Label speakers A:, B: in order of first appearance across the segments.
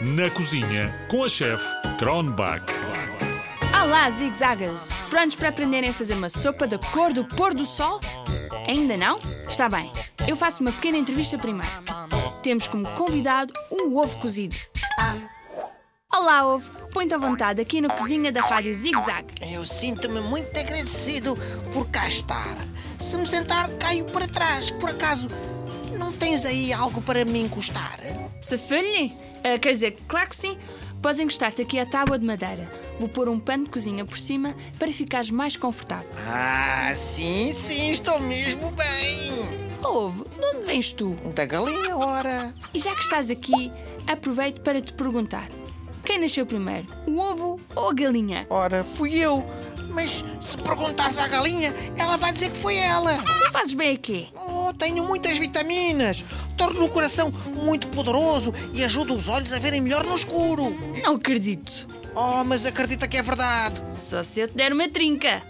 A: Na cozinha com a chefe Kronbach.
B: Olá, zigzaggers! Prontos para aprenderem a fazer uma sopa da cor do pôr do sol? Ainda não? Está bem, eu faço uma pequena entrevista primeiro. Temos como convidado um ovo cozido. Olá, ovo! Põe-te à vontade aqui na cozinha da Rádio Zigzag.
C: Eu sinto-me muito agradecido por cá estar. Se me sentar, caio para trás. Por acaso, não tens aí algo para me encostar?
B: Se filhe? Quer dizer, claro que sim. Podes encostar-te aqui à tábua de madeira. Vou pôr um pano de cozinha por cima para ficares mais confortável.
C: Sim, estou mesmo bem.
B: Ovo, de onde vens tu?
C: Da galinha, ora.
B: E já que estás aqui, aproveito para te perguntar. Quem nasceu primeiro, o ovo ou a galinha?
C: Ora, fui eu. Mas se perguntares à galinha, ela vai dizer que foi ela.
B: E fazes bem a quê?
C: Tenho muitas vitaminas. Torno o coração muito poderoso e ajudo os olhos a verem melhor no escuro.
B: Não acredito.
C: Mas acredita que é verdade.
B: Só se eu te der uma trinca.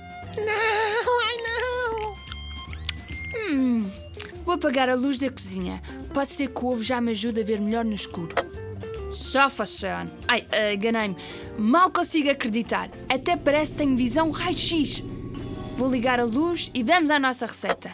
C: Não.
B: Vou apagar a luz da cozinha. Pode ser que o ovo já me ajude a ver melhor no escuro. Sofa-se. Enganei-me. Mal consigo acreditar. Até parece que tenho visão raio-x. Vou ligar a luz e vamos à nossa receita.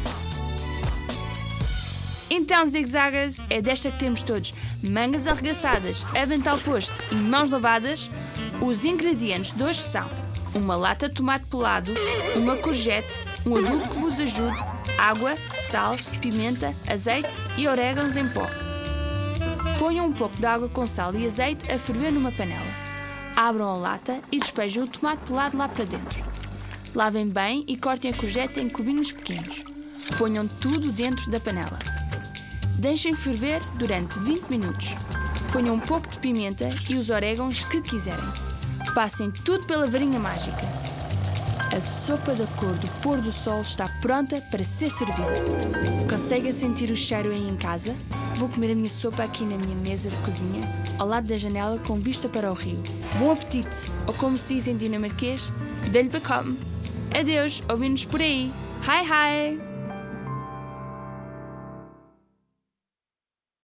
B: Então, zigzaggers, é desta que temos todos: mangas arregaçadas, avental posto e mãos lavadas. Os ingredientes de hoje são uma lata de tomate pelado, uma courgette, um adubo que vos ajude, água, sal, pimenta, azeite e orégãos em pó. Ponham um pouco de água com sal e azeite a ferver numa panela. Abram a lata e despejem o tomate pelado lá para dentro. Lavem bem e cortem a courgette em cubinhos pequenos. Ponham tudo dentro da panela. Deixem ferver durante 20 minutos. Ponham um pouco de pimenta e os orégãos que quiserem. Passem tudo pela varinha mágica. A sopa da cor do pôr do sol está pronta para ser servida. Conseguem sentir o cheiro aí em casa? Vou comer a minha sopa aqui na minha mesa de cozinha, ao lado da janela com vista para o rio. Bom apetite! Ou como se diz em dinamarquês, velbekomme. Adeus, ouvimos por aí. Hi!